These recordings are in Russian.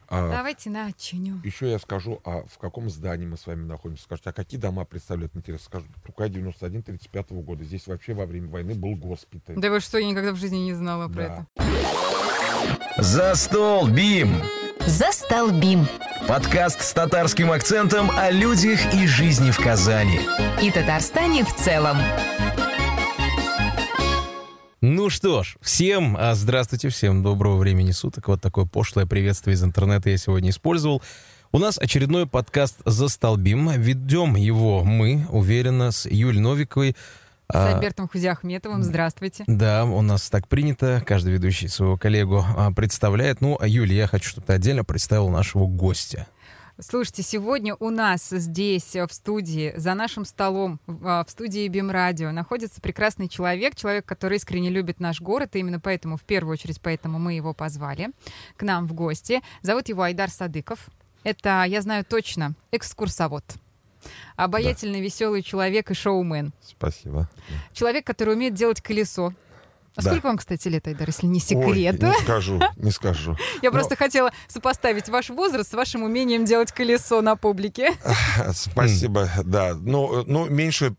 Давайте начнем. Еще я скажу, в каком здании мы с вами находимся. Скажете, а какие дома представляют интерес? Скажу, Тукай 91 35 года. Здесь вообще во время войны был госпиталь. Да вы что, я никогда в жизни не знала про это. Застолбим. Застолбим. Подкаст с татарским акцентом о людях и жизни в Казани. И Татарстане в целом. Ну что ж, всем здравствуйте, всем доброго времени суток. Вот такое пошлое приветствие из интернета я сегодня использовал. У нас очередной подкаст «Застолбим». Ведем его мы, уверенно, с Юлией Новиковой. С Альбертом Хузиахметовым. Здравствуйте. Да, у нас так принято. Каждый ведущий своего коллегу представляет. Ну, а Юля, я хочу, чтобы ты отдельно представил нашего гостя. Слушайте, сегодня у нас здесь, в студии, за нашим столом, в студии БИМ-радио, находится прекрасный человек, который искренне любит наш город, и именно поэтому, в первую очередь, поэтому мы его позвали к нам в гости. Зовут его Айдар Садыков. Это, я знаю точно, экскурсовод. Обаятельный, веселый человек и шоумен. Спасибо. Человек, который умеет делать колесо. А сколько вам, кстати, лет, Айдар, если не секрет? Ой, не скажу. Я просто хотела сопоставить ваш возраст с вашим умением делать колесо на публике. Спасибо, да. Ну,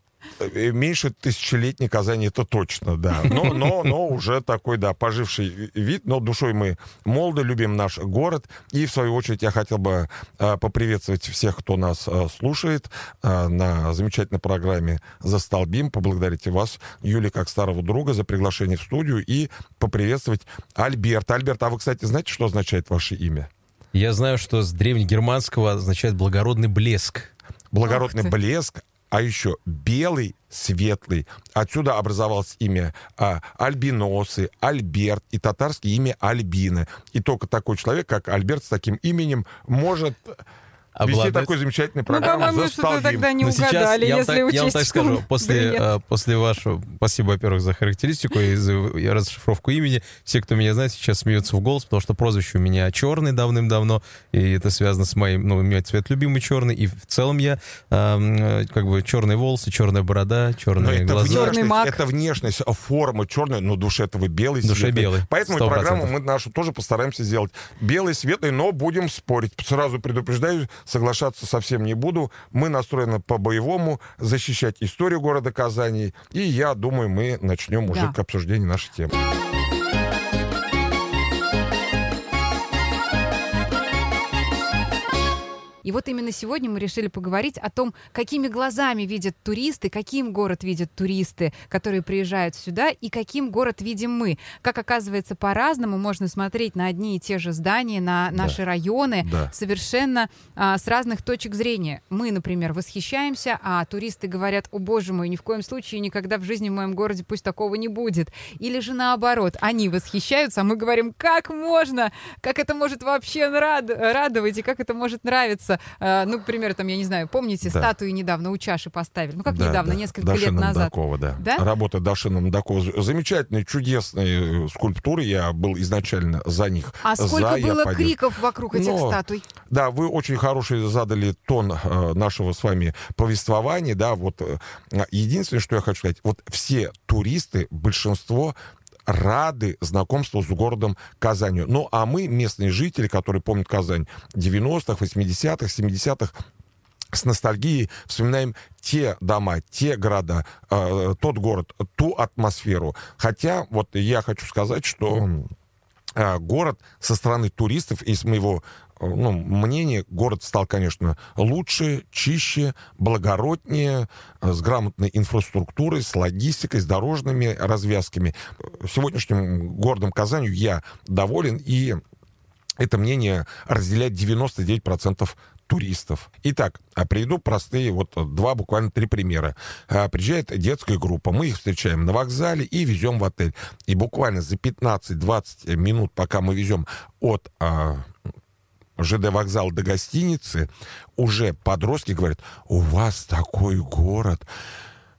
меньше тысячелетней Казани, это точно, да. Но уже такой, да, поживший вид. Но душой мы молоды, любим наш город. И, в свою очередь, я хотел бы поприветствовать всех, кто нас слушает на замечательной программе «Застолбим». Поблагодарить вас, Юлия, как старого друга, за приглашение в студию. И поприветствовать Альберта. Альберт, а вы, кстати, знаете, что означает ваше имя? Я знаю, что с древнегерманского означает «благородный блеск». Благородный блеск. А еще белый, светлый. Отсюда образовалось имя Альбиносы, Альберт и татарское имя Альбина. И только такой человек, как Альберт, с таким именем может вести такой замечательный программу. По-моему, что-то тогда не угадали, если учесть. Я вам так скажу, после вашего... Спасибо, во-первых, за характеристику и за расшифровку имени. Все, кто меня знает, сейчас смеются в голос, потому что прозвище у меня черный давным-давно, и это связано с моим... у меня цвет любимый черный, и в целом я черные волосы, черная борода, черные глаза. Черный маг. Это внешность, форма черная, но душа этого белый, душа светлый. белый. Поэтому 100%. программу мы нашу тоже постараемся сделать белый, светлый, но будем спорить. Сразу предупреждаю, соглашаться совсем не буду. Мы настроены по-боевому защищать историю города Казани. И я думаю, мы начнем уже к обсуждению нашей темы. И вот именно сегодня мы решили поговорить о том, какими глазами видят туристы, каким город видят туристы, которые приезжают сюда, и каким город видим мы. Как оказывается, по-разному можно смотреть на одни и те же здания, на наши районы, совершенно с разных точек зрения. Мы, например, восхищаемся, а туристы говорят: о боже мой, ни в коем случае никогда в жизни в моем городе пусть такого не будет. Или же наоборот, они восхищаются, а мы говорим: как можно, как это может вообще радовать, и как это может нравиться. Ну, к примеру, там, я не знаю, помните, статую недавно у чаши поставили? Ну, как недавно, несколько лет назад. Дашина Мудакова, да. Работа Дашина Мудакова. Замечательные, чудесные скульптуры. Я был изначально за них. А сколько было криков вокруг этих статуй? Да, вы очень хороший задали тон нашего с вами повествования. Да, вот единственное, что я хочу сказать, вот все туристы, большинство рады знакомству с городом Казанью. Ну, а мы, местные жители, которые помнят Казань 90-х, 80-х, 70-х, с ностальгией вспоминаем те дома, те города, тот город, ту атмосферу. Хотя, вот я хочу сказать, что город со стороны туристов, из моего мнения, город стал, конечно, лучше, чище, благороднее, с грамотной инфраструктурой, с логистикой, с дорожными развязками. Сегодняшним городом Казанью я доволен, и это мнение разделяет 99% туристов. Итак, приведу простые, буквально 3 примера. Приезжает детская группа, мы их встречаем на вокзале и везем в отель. И буквально за 15-20 минут, пока мы везем от ЖД вокзал до гостиницы, уже подростки говорят: у вас такой город.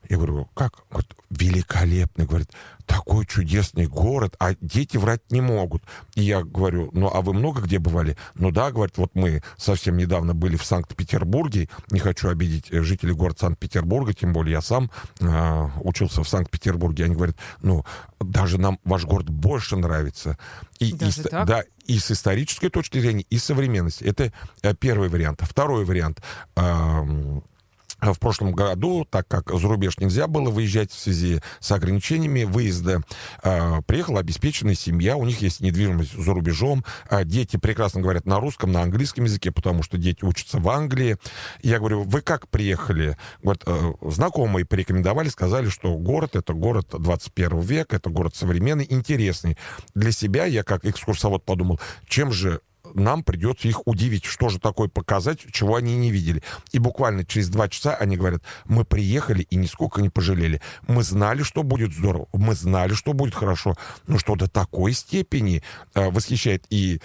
Я говорю, как? Говорит, великолепный, говорит, такой чудесный город, а дети врать не могут. И я говорю, ну, а вы много где бывали? Ну да, говорит, вот мы совсем недавно были в Санкт-Петербурге, не хочу обидеть жителей города Санкт-Петербурга, тем более я сам учился в Санкт-Петербурге. Они говорят, ну, даже нам ваш город больше нравится. И, да, и с исторической точки зрения, и современности. Это первый вариант. Второй вариант. В прошлом году, так как за рубеж нельзя было выезжать в связи с ограничениями выезда, приехала обеспеченная семья, у них есть недвижимость за рубежом, дети прекрасно говорят на русском, на английском языке, потому что дети учатся в Англии. Я говорю, вы как приехали? Говорят, знакомые порекомендовали, сказали, что город — это город 21 века, это город современный, интересный. Для себя я, как экскурсовод, подумал, чем же нам придется их удивить, что же такое показать, чего они не видели. И буквально через 2 часа они говорят, мы приехали и нисколько не пожалели. Мы знали, что будет здорово, мы знали, что будет хорошо, но что до такой степени восхищает и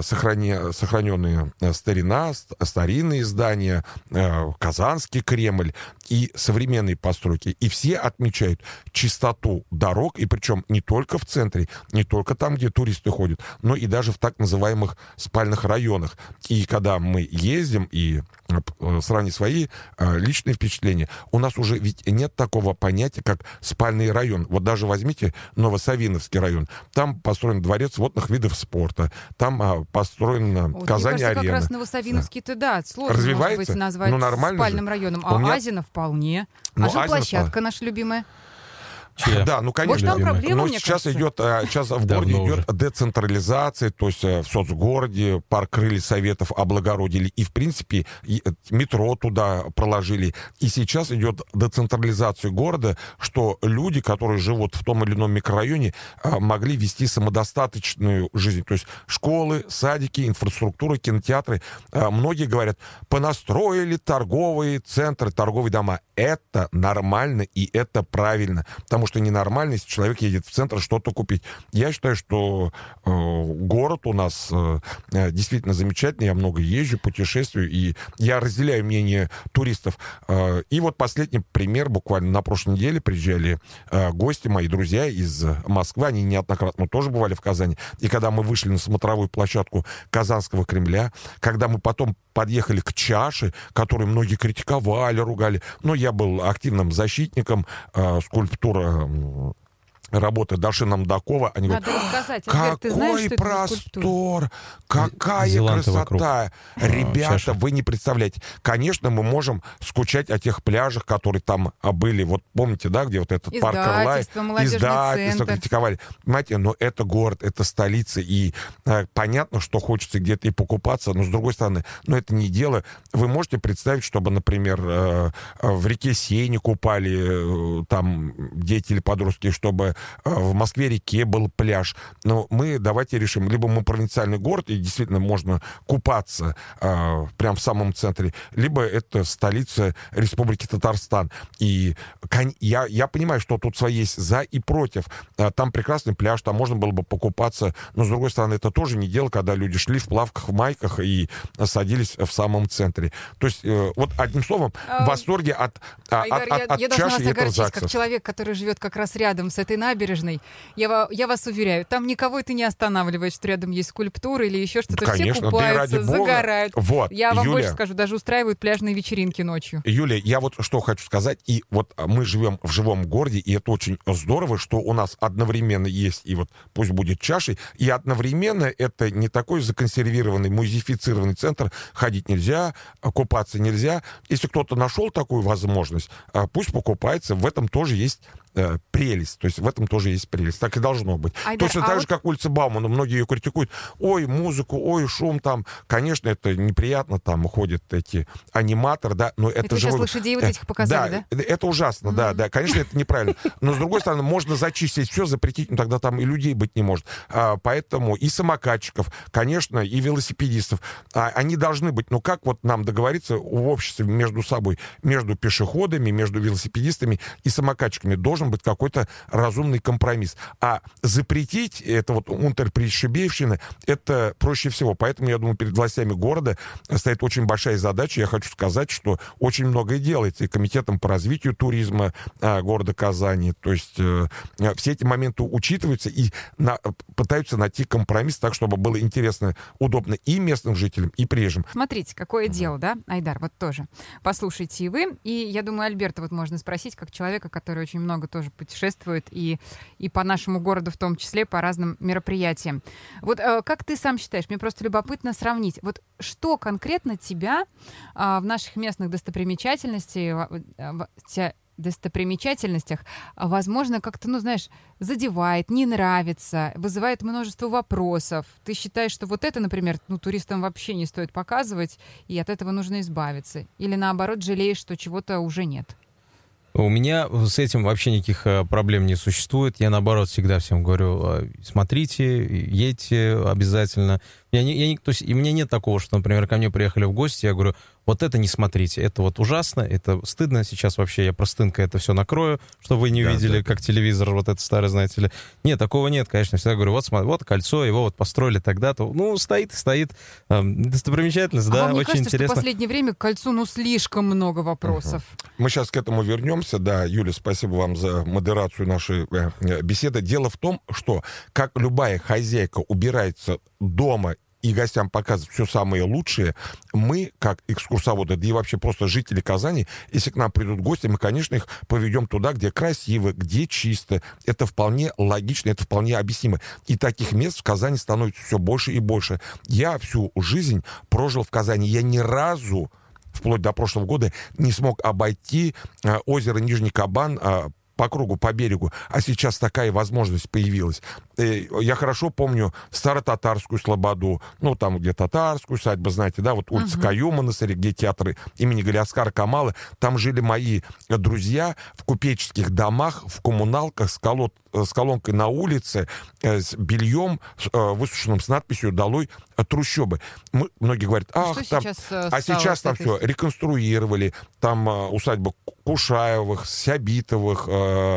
сохраненные старина, старинные здания, Казанский Кремль и современные постройки. И все отмечают чистоту дорог, и причем не только в центре, не только там, где туристы ходят, но и даже в так называемых спальных районах. И когда мы ездим и сравним свои личные впечатления, у нас уже ведь нет такого понятия, как спальный район. Вот даже возьмите Новосавиновский район. Там построен дворец водных видов спорта. Там построена Казань-арена. Как раз Новосавиновский-то, да, сложно, развивается, может быть, назвать спальным районом. А Азина вполне. А жилплощадка наша любимая. Да, ну, конечно. Вот там проблема, но сейчас в городе идет децентрализация, то есть в соцгороде парк крылья Советов облагородили, и, в принципе, метро туда проложили. И сейчас идет децентрализация города, что люди, которые живут в том или ином микрорайоне, могли вести самодостаточную жизнь. То есть школы, садики, инфраструктура, кинотеатры. Многие говорят, понастроили торговые центры, торговые дома. Это нормально и это правильно. Потому что ненормально, если человек едет в центр что-то купить. Я считаю, что город у нас действительно замечательный. Я много езжу, путешествую, и я разделяю мнение туристов. И вот последний пример. Буквально на прошлой неделе приезжали гости, мои друзья из Москвы. Они неоднократно тоже бывали в Казани. И когда мы вышли на смотровую площадку Казанского Кремля, когда мы потом подъехали к чаше, которую многие критиковали, ругали, но я был активным защитником скульптуры работы Даши Намдакова. Они Надо говорят, рассказать. какой ты знаешь, что простор, какая Зеланты красота. Ребята, вы не представляете. Конечно, мы можем скучать о тех пляжах, которые там были. Вот помните, да, где вот этот парк Карлай, издательство критиковали. Понимаете, но это город, это столица, и понятно, что хочется где-то и покупаться, но с другой стороны, это не дело. Вы можете представить, чтобы, например, в реке Сене купали там дети или подростки, чтобы в Москве-реке был пляж. Но мы давайте решим, либо мы провинциальный город, и действительно можно купаться прямо в самом центре, либо это столица Республики Татарстан. И я понимаю, что тут свои есть за и против. Там прекрасный пляж, там можно было бы покупаться, но, с другой стороны, это тоже не дело, когда люди шли в плавках, в майках и садились в самом центре. То есть, вот одним словом, в восторге от чаши и этого ЗАГСа. Как человек, который живет как раз рядом с этой набережной, я вас уверяю, там никого это не останавливает, что рядом есть скульптуры или еще что-то. Конечно, все купаются, загорают. Вот, я вам Юля, больше скажу, даже устраивают пляжные вечеринки ночью. Юля, я вот что хочу сказать. И вот мы живем в живом городе, и это очень здорово, что у нас одновременно есть, и вот пусть будет чашей, и одновременно это не такой законсервированный, музеифицированный центр. Ходить нельзя, купаться нельзя. Если кто-то нашел такую возможность, пусть покупается. В этом тоже есть прелесть. То есть в этом тоже есть прелесть. Так и должно быть. Айдар, точно так же, как улица Баумана. Многие ее критикуют. Ой, музыку, ой, шум там. Конечно, это неприятно. Там ходят эти аниматоры, да. Но это вы же... сейчас лошадей вот этих показали, да? Это ужасно, да. Конечно, это неправильно. Но, с другой стороны, можно зачистить все, запретить, но тогда там и людей быть не может. Поэтому и самокатчиков, конечно, и велосипедистов. Они должны быть. Но как вот нам договориться в обществе между собой, между пешеходами, между велосипедистами и самокатчиками? Должен должен быть какой-то разумный компромисс. А запретить это вот унтерпришибевщина, это проще всего. Поэтому, я думаю, перед властями города стоит очень большая задача. Я хочу сказать, что очень многое делается и комитетом по развитию туризма города Казани. То есть все эти моменты учитываются и пытаются найти компромисс так, чтобы было интересно, удобно и местным жителям, и приезжим. Смотрите, какое дело, да, Айдар, вот тоже. Послушайте и вы. И я думаю, Альберта вот можно спросить, как человека, который очень много тоже путешествует и по нашему городу в том числе, по разным мероприятиям. Вот как ты сам считаешь, мне просто любопытно сравнить, вот что конкретно тебя в наших местных достопримечательностях, возможно, как-то, ну, знаешь, задевает, не нравится, вызывает множество вопросов. Ты считаешь, что вот это, например, ну, туристам вообще не стоит показывать, и от этого нужно избавиться? Или, наоборот, жалеешь, что чего-то уже нет? У меня с этим вообще никаких проблем не существует. Я, наоборот, всегда всем говорю, смотрите, едьте обязательно. То есть, и у меня нет такого, что, например, ко мне приехали в гости, я говорю, вот это не смотрите, это вот ужасно, это стыдно. Сейчас вообще я простынкой это все накрою, чтобы вы не увидели, как телевизор вот это старый, знаете ли. Нет, такого нет, конечно. Всегда говорю, вот смотри, вот кольцо, его вот построили тогда-то. Ну, стоит. Достопримечательность, да, вам не очень кажется, интересно. что в последнее время к кольцу, ну, слишком много вопросов? Мы сейчас к этому вернемся. Да, Юля, спасибо вам за модерацию нашей беседы. Дело в том, что как любая хозяйка убирается дома и гостям показывать все самое лучшее, мы, как экскурсоводы, да и вообще просто жители Казани, если к нам придут гости, мы, конечно, их поведем туда, где красиво, где чисто. Это вполне логично, это вполне объяснимо. И таких мест в Казани становится все больше и больше. Я всю жизнь прожил в Казани. Я ни разу, вплоть до прошлого года, не смог обойти озеро Нижний Кабан по кругу, по берегу, а сейчас такая возможность появилась. Я хорошо помню Старо-Татарскую слободу, ну, там, где Татарскую усадьба, знаете, да, вот улица Каюма на Саре, где театры имени Галиаскара Камала, там жили мои друзья в купеческих домах, в коммуналках с колонкой на улице, с бельем, высушенным с надписью «Долой трущобы». Многие говорят, ах, там... сейчас там все реконструировали, там усадьба Кушаевых, Сябитовых,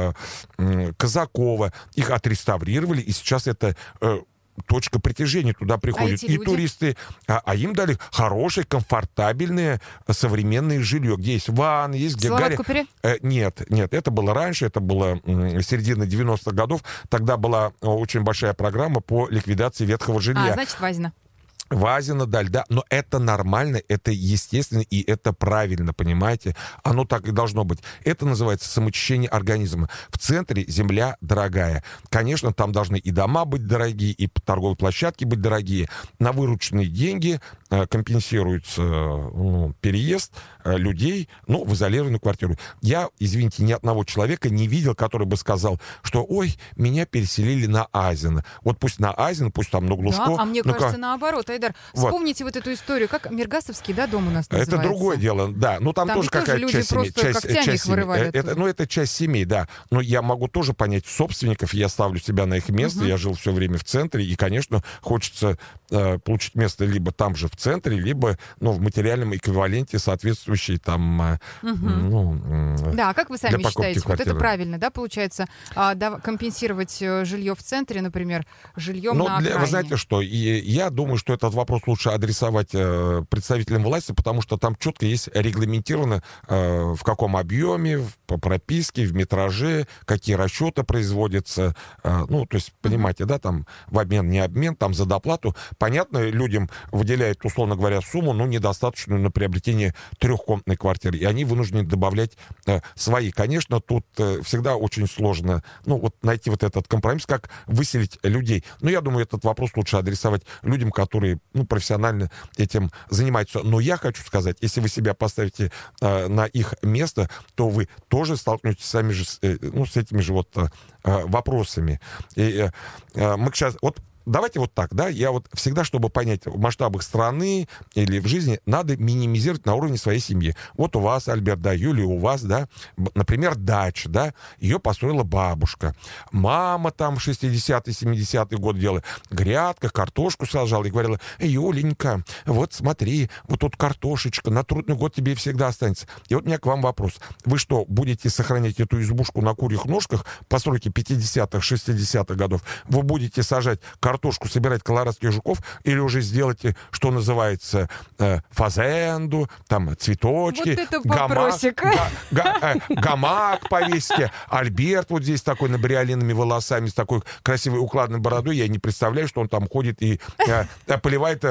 Казакова, их отреставрировали, и сейчас это точка притяжения, туда приходят и туристы, а им дали хорошее, комфортабельное, современное жилье, где есть ванны, есть где Нет, это было раньше, это было середина 90-х годов, тогда была очень большая программа по ликвидации ветхого жилья. Значит, Вазина. Вазина дали, да, но это нормально, это естественно и это правильно, понимаете? Оно так и должно быть. Это называется самоочищение организма. В центре земля дорогая. Конечно, там должны и дома быть дорогие, и торговые площадки быть дорогие. На вырученные деньги компенсируется переезд людей, в изолированную квартиру. Я, извините, ни одного человека не видел, который бы сказал, что, ой, меня переселили на Азино. Вот пусть на Азино, пусть там на Глушко. Да, а мне кажется, наоборот, Айдар. Вспомните вот эту историю, как Миргасовский, да, дом у нас называется. Это другое дело, да. Там тоже какая-то часть семей. Это часть семей, да. Но я могу тоже понять собственников, я ставлю себя на их место, я жил все время в центре, и, конечно, хочется получить место либо там же в центре, либо в материальном эквиваленте соответствующей там... Да, как вы сами считаете, вот это правильно, да, получается, компенсировать жилье в центре, например, жильем на окраине? Вы знаете что, я думаю, что этот вопрос лучше адресовать представителям власти, потому что там четко есть регламентировано, в каком объеме, по прописке, в метраже, какие расчеты производятся. То есть, понимаете, да, там в обмен, не обмен, там за доплату. Понятно, людям выделяют, условно говоря, сумму, недостаточную на приобретение трехкомнатной квартиры, и они вынуждены добавлять свои. Конечно, тут всегда очень сложно, найти вот этот компромисс, как выселить людей. Но я думаю, этот вопрос лучше адресовать людям, которые профессионально этим занимаются. Но я хочу сказать, если вы себя поставите на их место, то вы тоже столкнетесь с этими же вопросами. И мы сейчас... давайте вот так, да, я вот всегда, чтобы понять в масштабах страны или в жизни, надо минимизировать на уровне своей семьи. Вот у вас, Альберт, да, Юлия, у вас, да, например, дача, да, ее построила бабушка. Мама там 60-е, 70-е годы делала, грядка, картошку сажала и говорила: Юленька, вот смотри, вот тут картошечка, на трудный год тебе всегда останется. И вот у меня к вам вопрос. Вы что, будете сохранять эту избушку на курьих ножках постройки 50-х, 60-х годов? Вы будете сажать картошку, собирать колорадских жуков, или уже сделаете, что называется, фазенду, там, цветочки, вот это вопросик. гамак повесите. Альберт вот здесь такой набриолинными волосами, с такой красивой укладной бородой. Я не представляю, что он там ходит и поливает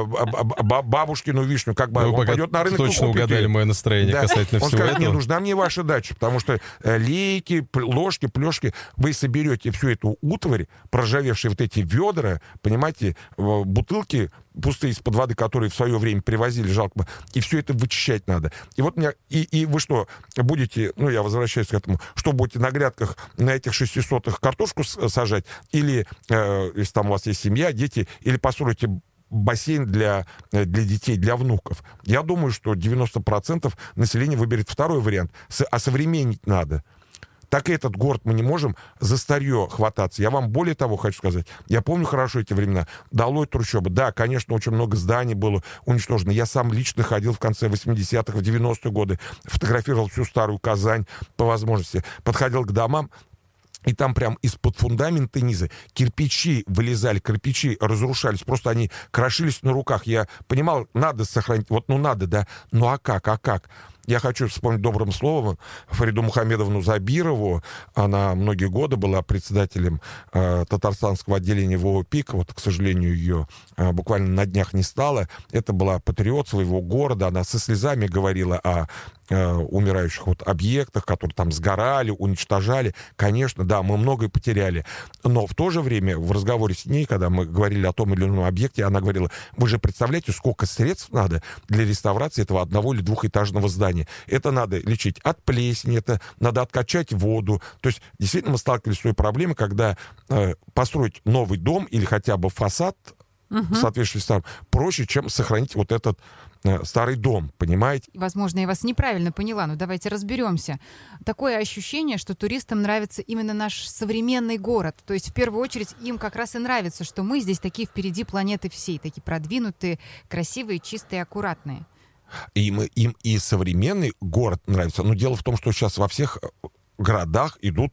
бабушкину вишню. Как бы он пойдет на рынок и точно купит угадали ее. мое настроение касательно Он всего скажет: не этого. нужна мне ваша дача, потому что лейки, ложки, плешки, вы соберете всю эту утварь, проржавевшие вот эти ведра, понимаете, бутылки пустые из-под воды, которые в свое время привозили, жалко бы, и все это вычищать надо. И вот меня, и вы что, будете, ну, я возвращаюсь к этому, что будете на грядках на этих 600-х картошку сажать, или, если там у вас есть семья, дети, или построите бассейн для детей, для внуков. Я думаю, что 90% населения выберет второй вариант. Осовременить надо. Так и этот город мы не можем за старье хвататься. Я вам более того хочу сказать. Я помню хорошо эти времена. Долой трущобы. Да, конечно, очень много зданий было уничтожено. Я сам лично ходил в конце 80-х, в 90-е годы, фотографировал всю старую Казань по возможности. Подходил к домам, и там прям из-под фундамента низа кирпичи вылезали, кирпичи разрушались, просто они крошились на руках. Я понимал, надо сохранить, вот ну надо, да, ну а как? Я хочу вспомнить добрым словом Фариду Мухамедовну Забирову. Она многие годы была председателем татарстанского отделения ВОО «Пик». Вот, к сожалению, ее буквально на днях не стало. Это была патриот своего города. Она со слезами говорила о умирающих вот объектах, которые там сгорали, уничтожали. Конечно, да, мы многое потеряли. Но в то же время в разговоре с ней, когда мы говорили о том или ином объекте, она говорила: вы же представляете, сколько средств надо для реставрации этого одного или двухэтажного здания. Это надо лечить от плесени, это надо откачать воду. То есть, действительно, мы сталкивались с той проблемой, когда построить новый дом или хотя бы фасад в соответствии с там проще, чем сохранить вот этот старый дом, понимаете? Возможно, я вас неправильно поняла, но давайте разберемся. Такое ощущение, что туристам нравится именно наш современный город. То есть, в первую очередь, им как раз и нравится, что мы здесь такие впереди планеты всей, такие продвинутые, красивые, чистые, аккуратные. Им и современный город нравится. Но дело в том, что сейчас во всех городах идут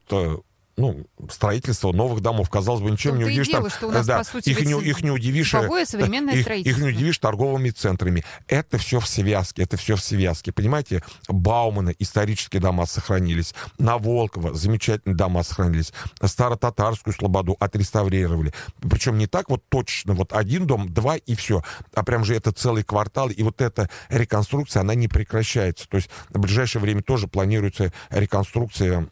строительство новых домов. Казалось бы, ничем не удивишь. Дело, что у нас, по сути, их не удивишь. Современное строительство. Их не удивишь торговыми центрами. Это все в связке. Понимаете, Баумана исторические дома сохранились. На Волково замечательные дома сохранились. Старо-татарскую слободу отреставрировали. Причем не так вот точно, вот один дом, два и все. А прям же это целый квартал. И вот эта реконструкция, она не прекращается. То есть в ближайшее время тоже планируется реконструкция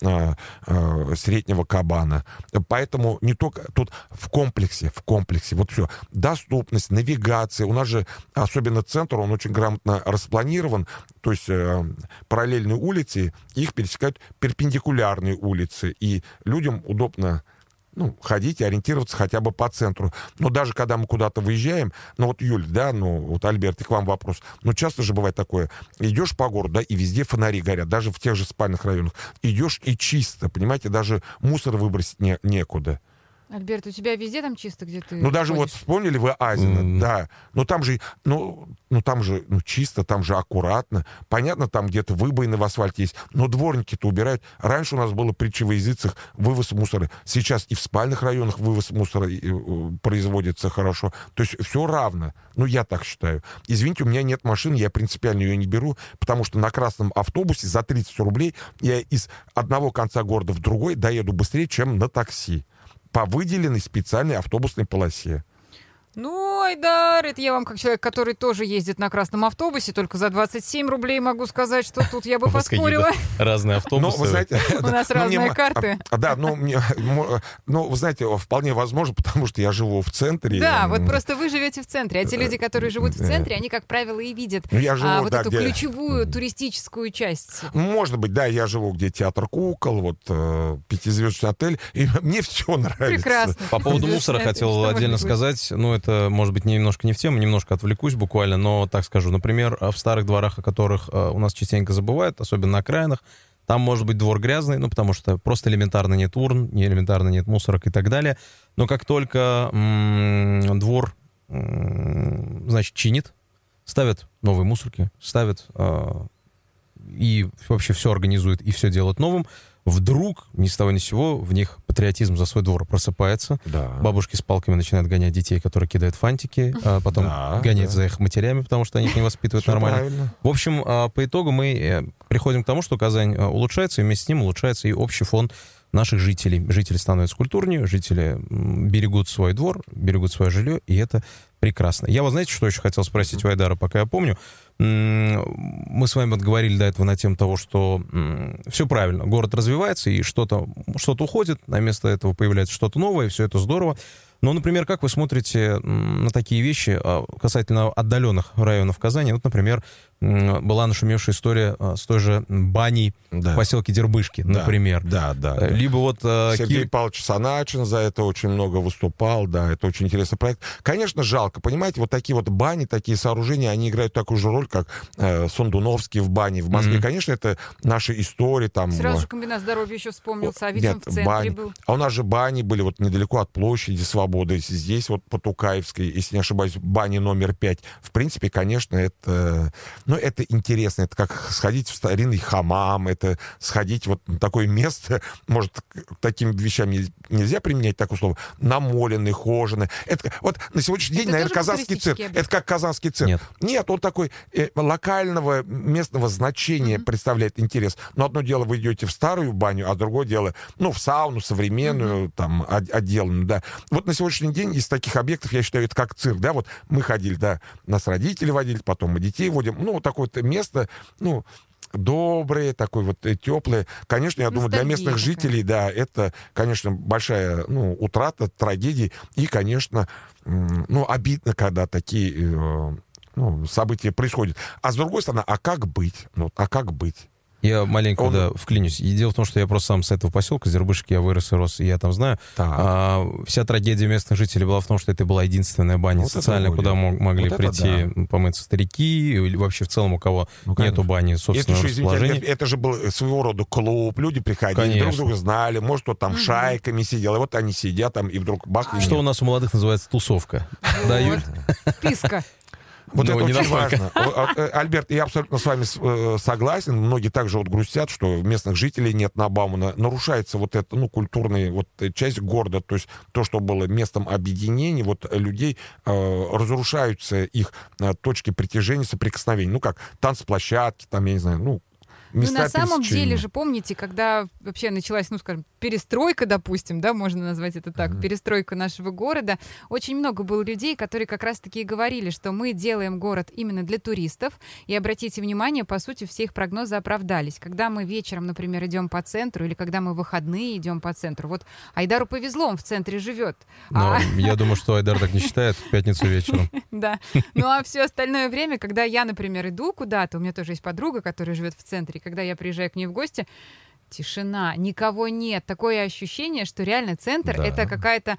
Среднего Кабана. Поэтому не только тут в комплексе, вот все. Доступность, навигация. У нас же, особенно центр, он очень грамотно распланирован. То есть параллельные улицы, их пересекают перпендикулярные улицы. И людям удобно ходить и ориентироваться хотя бы по центру. Но даже когда мы куда-то выезжаем, вот, Юль, да, вот, Альберт, и к вам вопрос. Часто же бывает такое. Идешь по городу, да, и везде фонари горят, даже в тех же спальных районах. Идешь и чисто, понимаете, даже мусор выбросить некуда. Альберт, у тебя везде там чисто, где ты даже ходишь? вот вспомнили вы Азино, да. Но там же, там же чисто, там же аккуратно. Понятно, там где-то выбоины в асфальте есть, но дворники-то убирают. Раньше у нас было притча во языцах вывоз мусора. Сейчас и в спальных районах вывоз мусора производится хорошо. То есть все равно. Я так считаю. Извините, у меня нет машины, я принципиально ее не беру, потому что на красном автобусе за 30 рублей я из одного конца города в другой доеду быстрее, чем на такси. По выделенной специальной автобусной полосе. Ну, Айдар, это я вам как человек, который тоже ездит на красном автобусе, только за 27 рублей могу сказать, что тут я бы У вас поспорила. какие-то разные автобусы. Ну, вы знаете, У нас разные карты. Да, ну, вы знаете, вполне возможно, потому что я живу в центре. Да, вот просто вы живете в центре, а те люди, которые живут в центре, они, как правило, и видят Я живу, вот да, эту где- ключевую туристическую часть. Может быть, да, я живу, где театр кукол, вот пятизвездочный отель, и мне все нравится. Прекрасно. По поводу мусора хотел отдельно сказать. Ну, это, может быть, немножко не в тему, немножко отвлекусь буквально, но так скажу. Например, в старых дворах, о которых у нас частенько забывают, особенно на окраинах, там может быть двор грязный, ну, потому что просто элементарно нет урн, элементарно нет мусорок и так далее. Но как только двор, значит, чинит, ставят новые мусорки, ставят и вообще все организуют и все делают новым, вдруг ни с того ни с сего в них патриотизм за свой двор просыпается. Да. Бабушки с палками начинают гонять детей, которые кидают фантики, а потом гонять за их матерями, потому что они их не воспитывают Всё нормально. правильно. В общем, по итогу мы приходим к тому, что Казань улучшается, и вместе с ним улучшается и общий фон наших жителей. Жители становятся культурнее, жители берегут свой двор, берегут свое жилье, и это прекрасно. Я вот, знаете, что еще хотел спросить у Айдара, пока я помню? Мы с вами вот говорили до этого на тему того, что все правильно, город развивается, и что-то уходит, на место этого появляется что-то новое, и все это здорово. Но, например, как вы смотрите на такие вещи касательно отдаленных районов Казани? Вот, например, была нашумевшая история с той же баней в поселке Дербышки, например. Да. Либо вот... Сергей Павлович Саначин за это очень много выступал, да, это очень интересный проект. Конечно, жалко, понимаете, вот такие вот бани, такие сооружения, они играют такую же роль, как Сондуновский в бане в Москве. Конечно, это наши истории там... Сразу же комбинат здоровья еще вспомнился, а ведь он в центре бани. был. А у нас же бани были вот недалеко от площади Свободы, здесь вот по Тукаевской, если не ошибаюсь, бани номер 5. В принципе, конечно, это... Ну, это интересно, это как сходить в старинный хамам, это сходить вот на такое место, может, к таким вещам нельзя применять такое слово, намоленный, хоженый. Это вот на сегодняшний день, Это наверное, тоже казанский цирк. туристический объект? Это как казанский цирк. Нет, он такой локального местного значения представляет интерес. Но одно дело, вы идете в старую баню, а другое дело, ну, в сауну современную, там, отделанную, да. Вот на сегодняшний день из таких объектов, я считаю, это как цирк, да, вот мы ходили, да, нас родители водили, потом мы детей водим, ну, вот такое вот место, ну, добрые, такой вот теплые. Конечно, я думаю, для местных жителей, да, это, конечно, большая, ну, утрата, трагедия. И, конечно, ну, обидно, когда такие события происходят. А с другой стороны, а как быть? Ну, а как быть? Я маленько вклинюсь. И дело в том, что я просто сам с этого поселка, с Дербышки, я вырос и рос, и я там знаю. Вся трагедия местных жителей была в том, что это была единственная баня вот социальная, куда могли вот прийти помыться старики, или вообще в целом у кого нету бани собственного расположения. Это же был своего рода клуб, люди приходили, друг друга знали, может, кто там шайками сидел, и вот они сидят там, и вдруг бах. Что у нас у молодых называется тусовка. Да, Юль? Вписка. Вот это очень важно. Альберт, я абсолютно с вами согласен. Многие также вот грустят, что местных жителей нет на Баумана. Нарушается вот эта, ну, культурная вот часть города, то есть то, что было местом объединения, вот людей, разрушаются их точки притяжения, соприкосновения. Ну, как танцплощадки, там, я не знаю, ну, на самом деле же, помните, когда вообще началась, ну, скажем, перестройка, допустим, да, можно назвать это так, перестройка нашего города, очень много было людей, которые как раз-таки и говорили, что мы делаем город именно для туристов, и обратите внимание, по сути, все их прогнозы оправдались. Когда мы вечером, например, идем по центру, или когда мы в выходные идем по центру, вот Айдару повезло, он в центре живет. Но я думаю, что Айдар так не считает в пятницу вечером. Да. Ну, а все остальное время, когда я, например, иду куда-то, у меня тоже есть подруга, которая живет в центре, когда я приезжаю к ней в гости, тишина, никого нет. Такое ощущение, что реально центр — это какая-то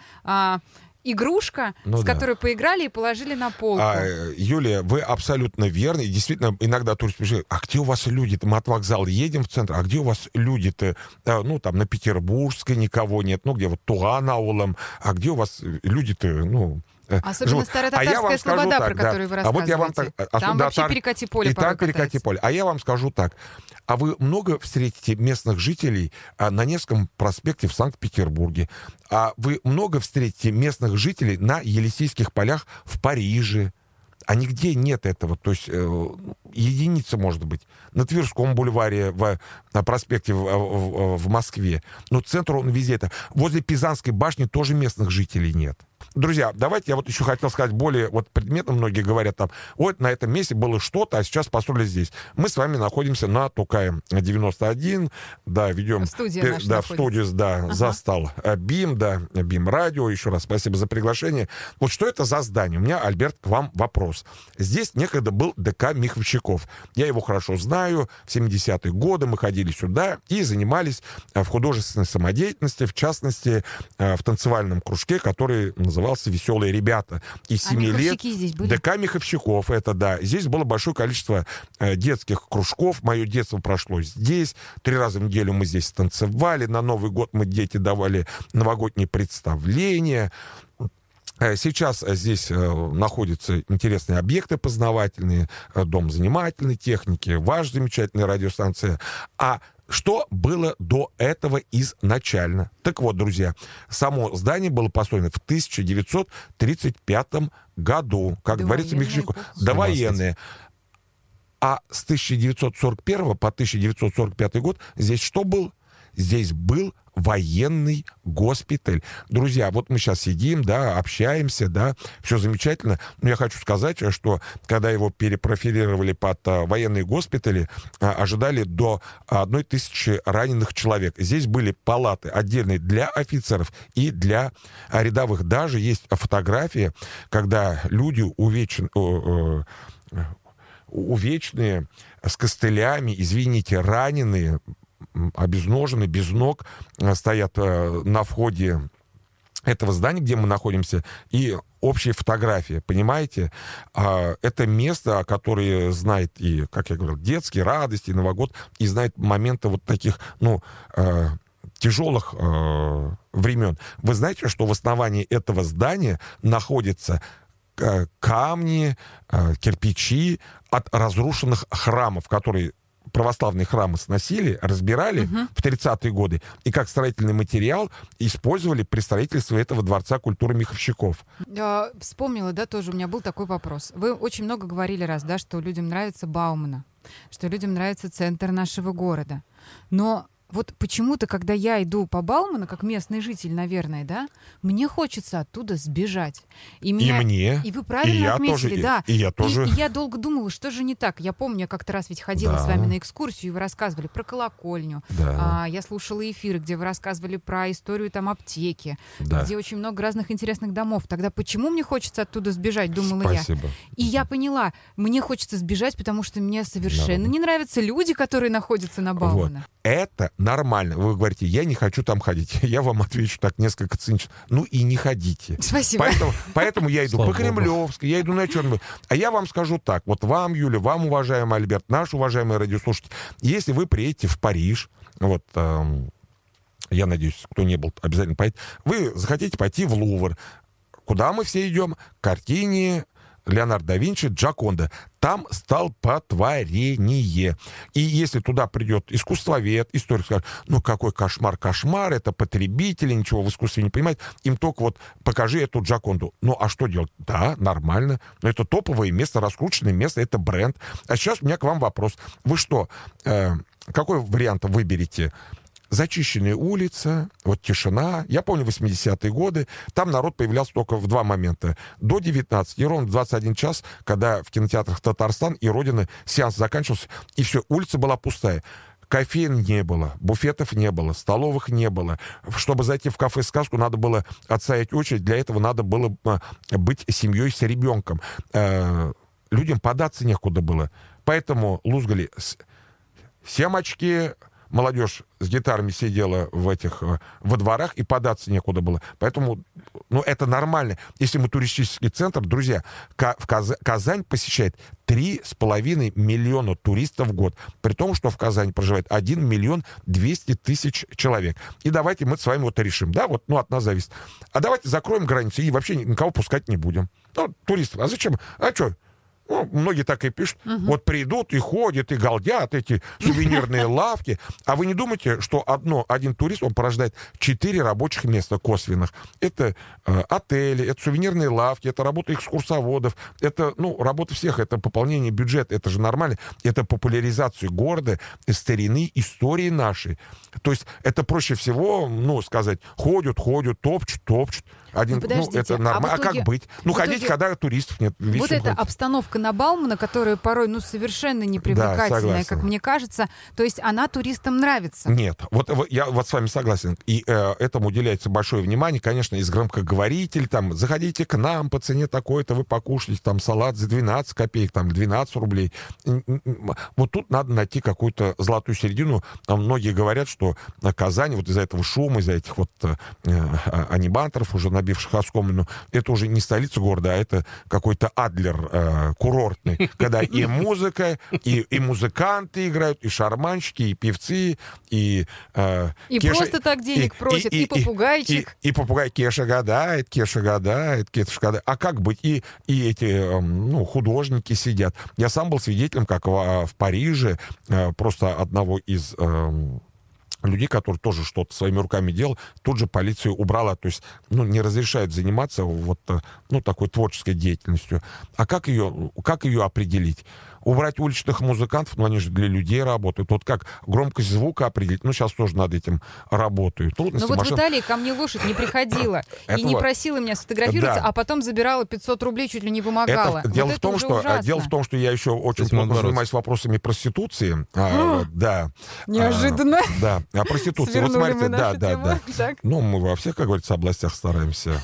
игрушка, с которой поиграли и положили на полку. Юлия, вы абсолютно верны. И действительно, иногда туристы спрашивают, а где у вас люди-то? Мы от вокзала едем в центр, а где у вас люди-то? Ну, там, на Петербургской никого нет, ну, где вот Туган аулом, а где у вас люди-то, ну... Особенно Старотатарская Слобода, про которую вы рассказываете. А вот я вам так, там вообще перекати поле. И там перекати поле. А я вам скажу так. А вы много встретите местных жителей на Невском проспекте в Санкт-Петербурге? А вы много встретите местных жителей на Елисейских полях в Париже? А нигде нет этого. То есть единица, может быть. На Тверском бульваре, на проспекте в Москве. Но центр, он везде это. Возле Пизанской башни тоже местных жителей нет. Друзья, давайте я вот еще хотел сказать более вот предметно. Многие говорят там, вот на этом месте было что-то, а сейчас построили здесь. Мы с вами находимся на Тукая 91, да, ведем... Студия наша да, в студию, да, застал БИМ, да, БИМ радио. Еще раз спасибо за приглашение. Вот что это за здание? У меня, Альберт, к вам вопрос. Здесь некогда был ДК Миховщиков. Я его хорошо знаю. В 70-е годы мы ходили сюда и занимались в художественной самодеятельности, в частности, в танцевальном кружке, который назывался «Веселые ребята». И 7 лет здесь были? ДК Миховщиков, это да. Здесь было большое количество детских кружков. Мое детство прошло здесь. 3 раза в неделю мы здесь танцевали. На Новый год мы дети давали новогодние представления. Сейчас здесь находятся интересные объекты познавательные, дом занимательной техники, ваша замечательная радиостанция. А что было до этого изначально? Так вот, друзья, само здание было построено в 1935 году. Как говорится, Миховщиков, довоенное. А с 1941 по 1945 год здесь что был? Здесь был военный госпиталь. Друзья, вот мы сейчас сидим, да, общаемся, да, все замечательно. Но я хочу сказать, что когда его перепрофилировали под военные госпитали, ожидали до 1000 раненых человек. Здесь были палаты отдельные для офицеров и для рядовых. Даже есть фотографии, когда люди увечные, с костылями, извините, раненые, обезноженные, без ног, стоят на входе этого здания, где мы находимся, и общие фотографии, понимаете? Это место, которое знает и, как я говорил, детские радости, и Новый год, и знает моменты вот таких, тяжелых времен. Вы знаете, что в основании этого здания находятся камни, кирпичи от разрушенных храмов, которые православные храмы сносили, разбирали в 30-е годы, и как строительный материал использовали при строительстве этого Дворца культуры Миховщиков. Вспомнила, да, тоже у меня был такой вопрос. Вы очень много говорили раз, да, что людям нравится Баумана, что людям нравится центр нашего города. Но вот почему-то, когда я иду по Бауману, как местный житель, наверное, да, мне хочется оттуда сбежать. И мне. И вы правильно отметили, тоже, да. И я тоже. И я долго думала, что же не так. Я помню, я как-то раз ведь ходила с вами на экскурсию, и вы рассказывали про колокольню. Да. Я слушала эфиры, где вы рассказывали про историю там аптеки, да, где очень много разных интересных домов. Тогда почему мне хочется оттуда сбежать, думала Спасибо. я. И я поняла, мне хочется сбежать, потому что мне совершенно не нравятся люди, которые находятся на Баумана. Вот. Это нормально. Вы говорите, я не хочу там ходить. Я вам отвечу так несколько цинично. Ну и не ходите. Спасибо. Поэтому я иду по Кремлевской, я иду на Черный. А я вам скажу так. Вот вам, Юля, вам, уважаемый Альберт, наш уважаемый радиослушатель, если вы приедете в Париж, вот, я надеюсь, кто не был, обязательно поедет, вы захотите пойти в Лувр. Куда мы все идем? К картине Леонардо да Винчи «Джоконда». Там столпотворение. И если туда придет искусствовед, историк скажет, какой кошмар, это потребители, ничего в искусстве не понимают, им только вот покажи эту Джоконду. А что делать? Да, нормально. Но это топовое место, раскрученное место, это бренд. А сейчас у меня к вам вопрос. Вы что, какой вариант выберете? Зачищенная улица, вот тишина. Я помню 80-е годы, там народ появлялся только в 2 момента. До 19, и ровно в 21 час, когда в кинотеатрах «Татарстан» и «Родина» сеанс заканчивался, и все, улица была пустая. Кофеин не было, буфетов не было, столовых не было. Чтобы зайти в кафе «Сказку», надо было отстоять очередь, для этого надо было быть семьей с ребенком. Людям податься некуда было. Поэтому лузгали семочки, молодежь с гитарами сидела во дворах, и податься некуда было. Поэтому, это нормально. Если мы туристический центр, друзья, Казань посещает 3,5 миллиона туристов в год. При том, что в Казани проживает 1 миллион 200 тысяч человек. И давайте мы с вами это решим. Да, от нас зависит. А давайте закроем границы и вообще никого пускать не будем. Туристов. А зачем? А что? Многие так и пишут. Вот придут и ходят, и галдят эти сувенирные лавки. А вы не думаете, что один турист, он порождает 4 рабочих места косвенных? Это отели, это сувенирные лавки, это работа экскурсоводов, это, работа всех, это пополнение бюджета, это же нормально. Это популяризация города, старины, истории нашей. То есть это проще всего, сказать, ходят, топчут. это нормально. А как быть? Ходить, когда туристов нет. Вот эта обстановка на Баумана, которая порой, совершенно непривлекательная, как мне кажется, то есть она туристам нравится. Нет, я с вами согласен. И этому уделяется большое внимание, конечно, из громкоговорителей, там, заходите к нам по цене такой-то, вы покушаете там салат за 12 копеек, там, 12 рублей. Вот тут надо найти какую-то золотую середину. Многие говорят, что Казань вот из-за этого шума, из-за этих аниматоров, уже набивших оскомину, это уже не столица города, а это какой-то Адлер курортный, когда и музыка, и музыканты играют, и шарманщики, и певцы, и просто так денег просят, и попугайчик. И попугай Кеша гадает. А как быть? И эти художники сидят. Я сам был свидетелем, как в Париже просто одного из людей, который тоже что-то своими руками делал, тут же полиция убрала, то есть, не разрешает заниматься такой творческой деятельностью. А как ее определить? Убрать уличных музыкантов, они же для людей работают. Вот как громкость звука определить? Сейчас тоже над этим работают. В Италии ко мне лошадь не приходила и не просила меня сфотографироваться, а потом забирала 500 рублей, чуть ли не вымогала. Дело в том, что я еще очень плотно занимаюсь вопросами проституции. Да. Неожиданно. Да. А проституция. Вот смотрите, да. Мы во всех, как говорится, областях стараемся.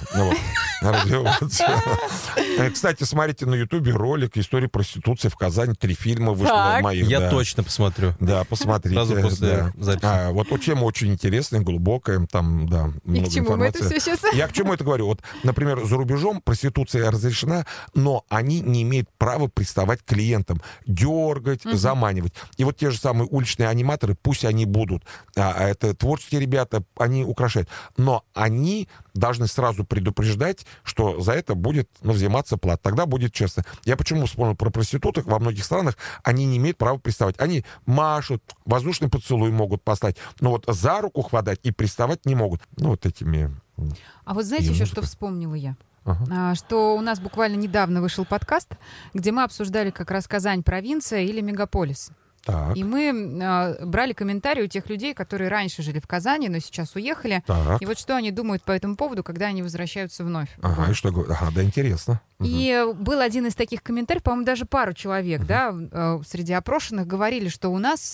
Кстати, смотрите на Ютубе ролик «История проституции в Казани». 3 фильма вышло моих. Я точно посмотрю. Да, посмотрите. Сразу после записи. Тема очень интересная, глубокая. Там, много информации. И к чему мы это все сейчас? Я к чему это говорю? Например, за рубежом проституция разрешена, но они не имеют права приставать к клиентам, дергать, заманивать. И те же самые уличные аниматоры, пусть они будут. Это творческие ребята, они украшают. Но они должны сразу предупреждать, что за это будет взиматься плата. Тогда будет честно. Я почему вспомнил про проституток? Во многих странах они не имеют права приставать. Они машут, воздушный поцелуй могут послать, но за руку хватать и приставать не могут. этими... А знаете еще, что вспомнила я? Что у нас буквально недавно вышел подкаст, где мы обсуждали как раз Казань провинция или мегаполис. Так. И мы брали комментарии у тех людей, которые раньше жили в Казани, но сейчас уехали. Так. И что они думают по этому поводу, когда они возвращаются вновь. И что говорят? Да, интересно. И был один из таких комментариев, по-моему, даже пару человек, среди опрошенных говорили, что у нас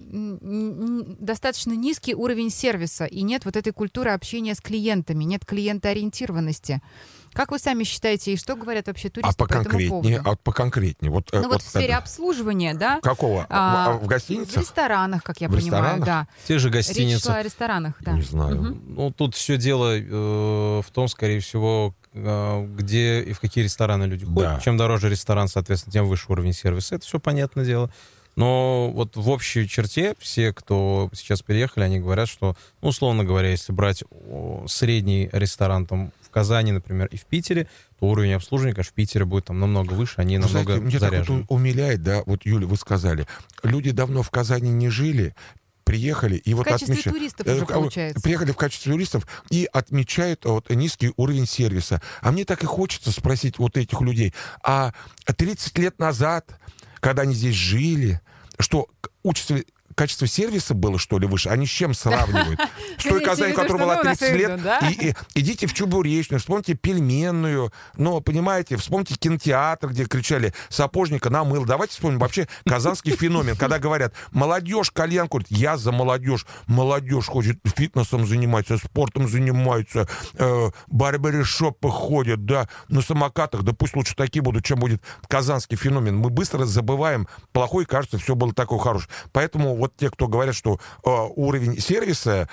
достаточно низкий уровень сервиса, и нет этой культуры общения с клиентами, нет клиентоориентированности. Как вы сами считаете, и что говорят вообще туристы по этому поводу? Поконкретнее. В сфере обслуживания, да? Какого? В гостиницах? В ресторанах, как я понимаю, да. В тех же гостиницах. Речь шла о ресторанах, да. Не знаю. Тут все дело в том, скорее всего, где и в какие рестораны люди ходят. Да. Чем дороже ресторан, соответственно, тем выше уровень сервиса. Это все понятное дело. Но в общей черте все, кто сейчас переехали, они говорят, что, условно говоря, если брать средний ресторан в Казани, например, и в Питере, то уровень обслуживания, конечно, в Питере будет намного выше, они намного заряжены. Меня так умиляет, Юля, вы сказали, люди давно в Казани не жили, приехали и в качестве туристов уже получается. Приехали в качестве туристов и отмечают низкий уровень сервиса. А мне так и хочется спросить этих людей, а 30 лет назад, когда они здесь жили, что качество сервиса было, что ли, выше? Они с чем сравнивают? С той Казани, которая была 30 лет. Идите в Чебуречную, вспомните пельменную. Понимаете, вспомните кинотеатр, где кричали «Сапожника на мыло». Давайте вспомним вообще казанский феномен, когда говорят «Молодежь кальян курит». Я за молодежь. Молодежь хочет фитнесом заниматься, спортом занимается, барбершопы ходят, на самокатах. Да пусть лучше такие будут, чем будет казанский феномен. Мы быстро забываем плохой, кажется, все было такое хорошее. Поэтому те, кто говорят, что уровень сервиса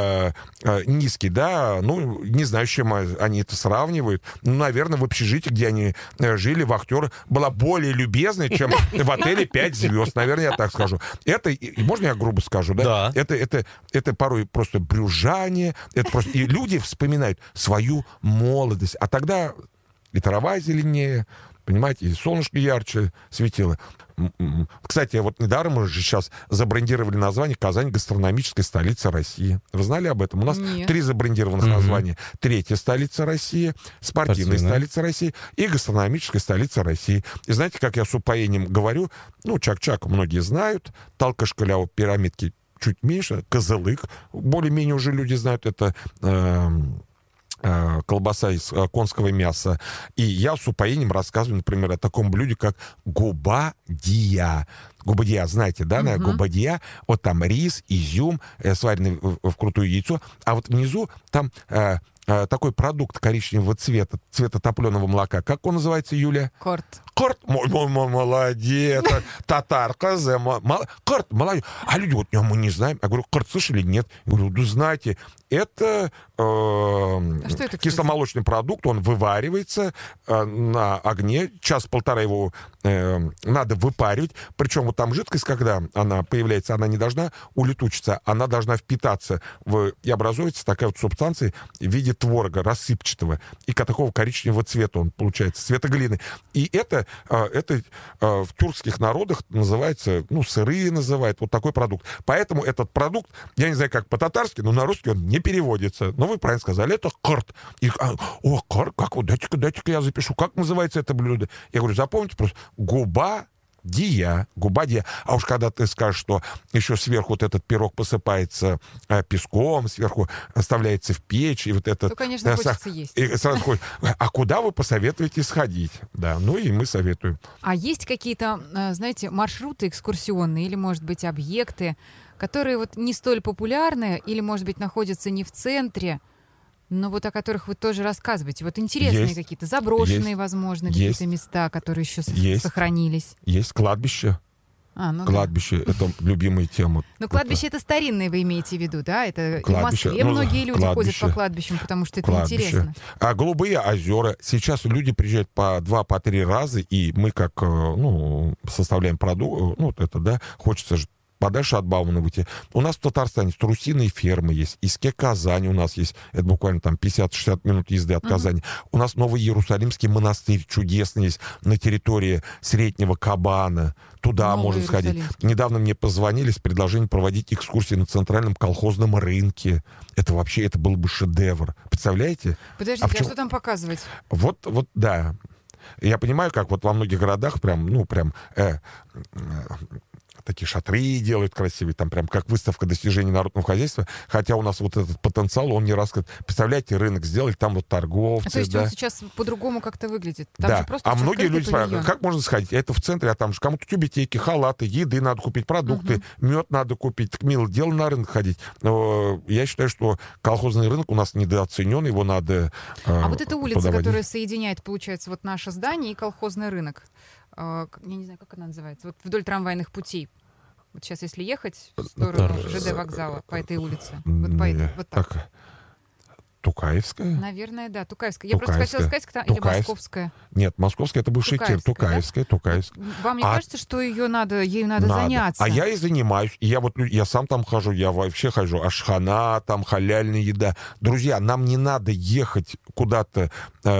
низкий, не знаю, с чем они это сравнивают. Наверное, в общежитии, где они жили, вахтер была более любезной, чем в отеле 5 звезд. Наверное, я так скажу. Это, можно я грубо скажу, да? Это порой просто брюзжание. И люди вспоминают свою молодость. А тогда и трава зеленее, понимаете, и солнышко ярче светило. Кстати, недаром мы же сейчас забрендировали название «Казань — гастрономическая столица России». Вы знали об этом? У нас 3 забрендированных названия. 3-я столица России, спортивная столица России и гастрономическая столица России. И знаете, как я с упоением говорю, Чак-Чак многие знают, Талка-Шкаляу, пирамидки чуть меньше, Козылык, более-менее уже люди знают, это колбаса из конского мяса. И я с упоением рассказываю, например, о таком блюде, как губадия. Губадия, знаете, да, губадия. Вот там рис, изюм, сваренный в крутое яйцо. А вот внизу там такой продукт коричневого цвета топленого молока. Как он называется, Юля? Корт. Корт, молодец, татарка, корт, молодец. А люди, вот мы не знаем. Я говорю, корт слышали? Нет. Я говорю, да знаете, это кисломолочный продукт, он вываривается на огне, час-полтора его надо выпаривать. Причем вот там жидкость, когда она появляется, она не должна улетучиться, она должна впитаться и образуется такая вот субстанция в виде творога рассыпчатого и такого коричневого цвета он получается, цвета глины. И это в тюркских народах называется, сыры называют, вот такой продукт. Поэтому этот продукт, я не знаю, как по-татарски, но на русский он не переводится. Но вы правильно сказали, это корт. И, корт, как вот, дайте-ка я запишу, как называется это блюдо. Я говорю, запомните просто, губадия. А уж когда ты скажешь, что еще сверху вот этот пирог посыпается песком, сверху оставляется в печь, и вот это... То, конечно, хочется есть. И сразу ходит, а куда вы посоветуете сходить? Да, и мы советуем. А есть какие-то, знаете, маршруты экскурсионные или, может быть, объекты, которые вот не столь популярны или, может быть, находятся не в центре, но вот о которых вы тоже рассказываете. Вот интересные какие-то, заброшенные, возможно, какие-то места, которые еще сохранились. Есть кладбище. Кладбище — это любимая тема. Но кладбище — это старинное, вы имеете в виду, да? Это кладбище, в Москве многие люди ходят по кладбищам, потому что это интересно. А голубые озера. Сейчас люди приезжают по 2-3 раза, и мы как составляем продукт, хочется же подальше от Баумана выйти. У нас в Татарстане страусиные фермы есть. Иске Казань у нас есть. Это буквально там 50-60 минут езды от Казани. У нас Новый Иерусалимский монастырь чудесный есть на территории Среднего Кабана. Туда можно сходить. Недавно мне позвонили с предложением проводить экскурсии на центральном колхозном рынке. Это был бы шедевр. Представляете? Подождите, а что там показывать? Вот, да. Я понимаю, как вот во многих городах такие шатры делают красивые, там прям как выставка достижений народного хозяйства, хотя у нас вот этот потенциал, он не раскрыт. Представляете, рынок сделать, там вот торговцы. То есть он сейчас по-другому как-то выглядит? Там да, же просто многие люди спрашивают, как можно сходить? Это в центре, а там же кому-то тюбетейки, халаты, еды надо купить, продукты, мед надо купить. Так, мило дело на рынок ходить. Но я считаю, что колхозный рынок у нас недооценен, его надо А вот эта улица, подавать. которая соединяет, получается, вот наше здание и колхозный рынок, я не знаю, как она называется, вот вдоль трамвайных путей. Вот сейчас, если ехать в сторону ЖД вокзала по этой улице, вот так. Тукаевская? Наверное, да, Тукаевская. Я просто хотела сказать, или Московская. Нет, Московская — это бывший тир. Тукаевская. Вам не кажется, что ею надо заняться? А я и занимаюсь. Я сам там хожу, я вообще хожу. Ашхана, там халяльная еда. Друзья, нам не надо ехать куда-то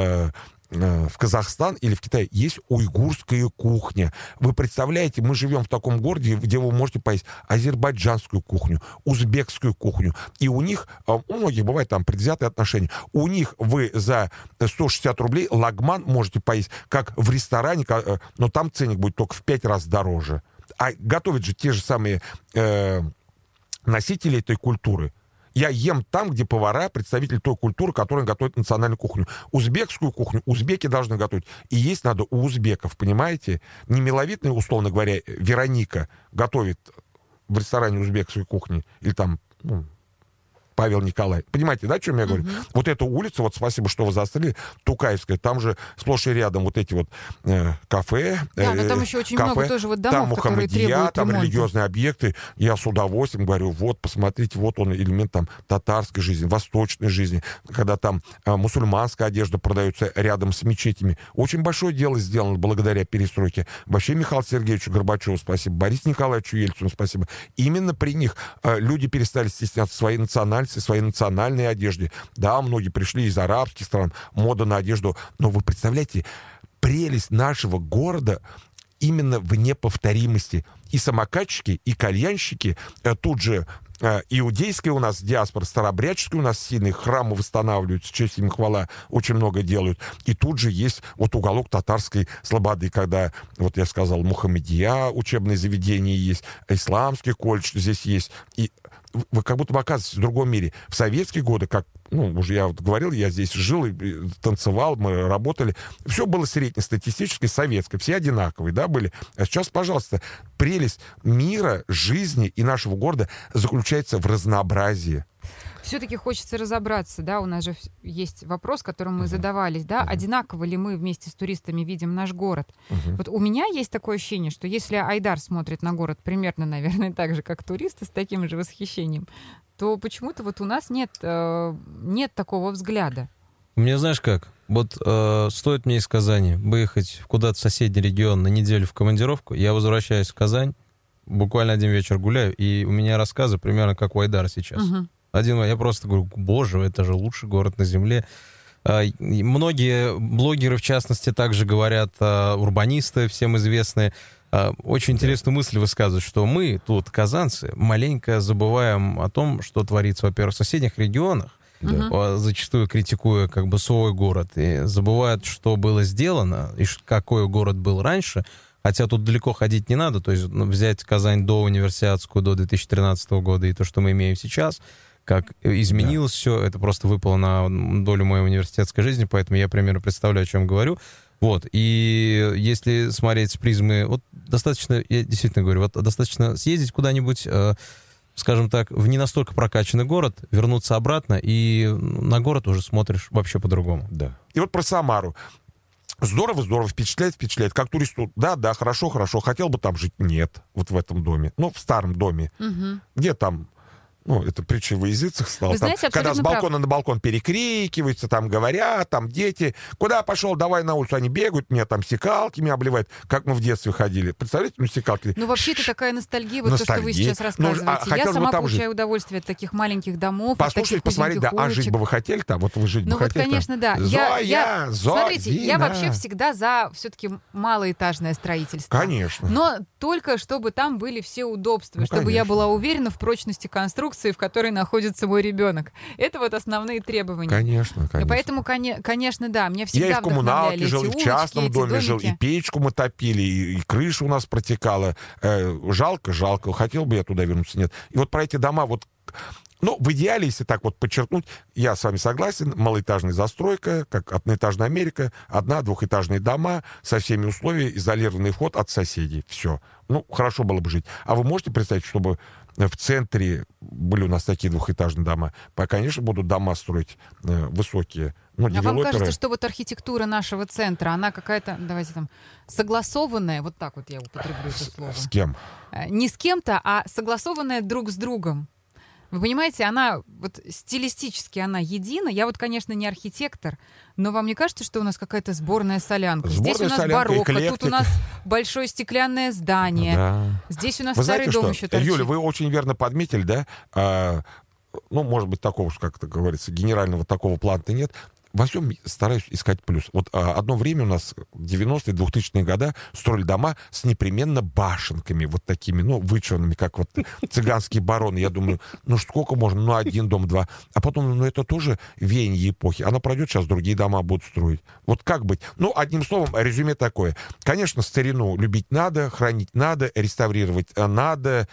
в Казахстан или в Китай. Есть уйгурская кухня. Вы представляете, мы живем в таком городе, где вы можете поесть азербайджанскую кухню, узбекскую кухню. И у них, у многих бывает там предвзятые отношения, у них вы за 160 рублей лагман можете поесть, как в ресторане, но там ценник будет только в 5 раз дороже. А готовят же те же самые носители этой культуры. Я ем там, где повара, представители той культуры, которая готовит национальную кухню. Узбекскую кухню узбеки должны готовить. И есть надо у узбеков, понимаете? Не миловидная, условно говоря, Вероника готовит в ресторане узбекской кухни. Или там Павел Николай. Понимаете, да, о чем я говорю? Вот эту улицу, вот спасибо, что вы заострили, Тукаевская, там же сплошь и рядом вот эти вот кафе. Да, но там еще очень много тоже вот домов, которые требуют там ремонта. Религиозные объекты. Я с удовольствием говорю, вот, посмотрите, вот он элемент там татарской жизни, восточной жизни, когда там мусульманская одежда продается рядом с мечетями. Очень большое дело сделано благодаря перестройке. Вообще Михаилу Сергеевичу Горбачеву спасибо, Борису Николаевичу Ельцину спасибо. Именно при них люди перестали стесняться своей национальности, своей национальной одежде. Да, многие пришли из арабских стран, мода на одежду. Но вы представляете, прелесть нашего города именно в неповторимости. И самокатчики, и кальянщики, тут же иудейская у нас диаспора, старообрядческая у нас сильные, храмы восстанавливаются, честь им хвала, очень много делают. И тут же есть вот уголок татарской слободы, когда, вот я сказал, Мухаммедия, учебное заведение есть, исламский колледж здесь есть. И вы как будто бы оказываетесь в другом мире. В советские годы, как, уже я вот говорил, я здесь жил и танцевал, мы работали. Все было среднестатистическое, советское. Все одинаковые, да, были. А сейчас, пожалуйста, прелесть мира, жизни и нашего города заключается в разнообразии. Все-таки хочется разобраться, да, у нас же есть вопрос, которым мы задавались, да, одинаково ли мы вместе с туристами видим наш город. Вот у меня есть такое ощущение, что если Айдар смотрит на город примерно, наверное, так же, как туристы, с таким же восхищением, то почему-то вот у нас нет такого взгляда. Мне знаешь как? Вот стоит мне из Казани выехать куда-то в соседний регион на неделю в командировку, я возвращаюсь в Казань, буквально один вечер гуляю, и у меня рассказы примерно как у Айдара сейчас. Я просто говорю, боже, это же лучший город на земле. Многие блогеры, в частности, также говорят, урбанисты, всем известные, очень интересную мысль высказывают, что мы тут, казанцы, маленько забываем о том, что творится, во-первых, в соседних регионах, зачастую критикуя как бы свой город, и забывают, что было сделано, и какой город был раньше, хотя тут далеко ходить не надо, то есть взять Казань до универсиадскую, до 2013 года, и то, что мы имеем сейчас, как изменилось все, это просто выпало на долю моей университетской жизни, поэтому я примерно представляю, о чем говорю. Вот, и если смотреть с призмы, вот достаточно, я действительно говорю, вот достаточно съездить куда-нибудь, скажем так, в не настолько прокачанный город, вернуться обратно, и на город уже смотришь вообще по-другому. Да. И вот про Самару. Здорово, впечатляет. Как туристу, да, хорошо, хотел бы там жить. Нет, вот в этом доме. В старом доме. Где там... это притча во языцах стало. Вы знаете, когда с балкона на балкон перекрикиваются, там говорят, там дети. Куда пошел, давай на улицу. Они бегают, меня там секалки меня обливают. Как мы в детстве ходили. Представляете, секалки. Вообще это такая ностальгия, вот то, что вы сейчас рассказываете. Я сама получаю удовольствие от таких маленьких домов, послушать, посмотреть, да, а жить бы вы хотели там? Вот вы жить бы хотели там? Конечно, да. Зоя. Смотрите, я вообще всегда за все-таки малоэтажное строительство. Конечно. Но только чтобы там были все удобства, чтобы я была уверена в прочности конструкции, в которой находится мой ребенок. Это вот основные требования. Конечно. Поэтому, конечно, да, меня всегда я и в коммуналке жил, и в частном улочки, доме жил, и печку мы топили, и крыша у нас протекала. Жалко. Хотел бы я туда вернуться, нет. И вот про эти дома, в идеале, если так вот подчеркнуть, я с вами согласен, малоэтажная застройка, как одноэтажная Америка, 1-2-этажные дома со всеми условиями, изолированный вход от соседей. Все. Хорошо было бы жить. А вы можете представить, чтобы в центре были у нас такие 2-этажные дома? Конечно, будут дома строить высокие. А вам кажется, что вот архитектура нашего центра, она какая-то, давайте там, согласованная, вот так вот я употреблю это слово. С кем? Не с кем-то, а согласованная друг с другом. Вы понимаете, она вот стилистически она едина. Я вот, конечно, не архитектор, но вам не кажется, что у нас какая-то сборная солянка? Здесь у нас барокко, тут у нас большое стеклянное здание. Да. Здесь у нас старый дом еще торчит. Юля, вы очень верно подметили, да? Может быть, такого, как это говорится, генерального такого плана-то нет. Во всем стараюсь искать плюс. Вот одно время у нас, 90-е, 2000-е годы, строили дома с непременно башенками, вот такими, вычурными, как вот цыганские бароны. Я думаю, сколько можно? Один дом, два. А потом, это тоже веяние эпохи. Она пройдет, сейчас другие дома будут строить. Вот как быть? Одним словом, резюме такое. Конечно, старину любить надо, хранить надо, реставрировать надо.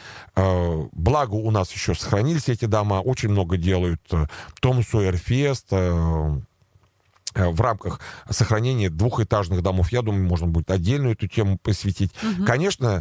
Благо у нас еще сохранились эти дома. Очень много делают Том Сойер Фест, в рамках сохранения 2-этажных домов. Я думаю, можно будет отдельную эту тему посвятить. Конечно,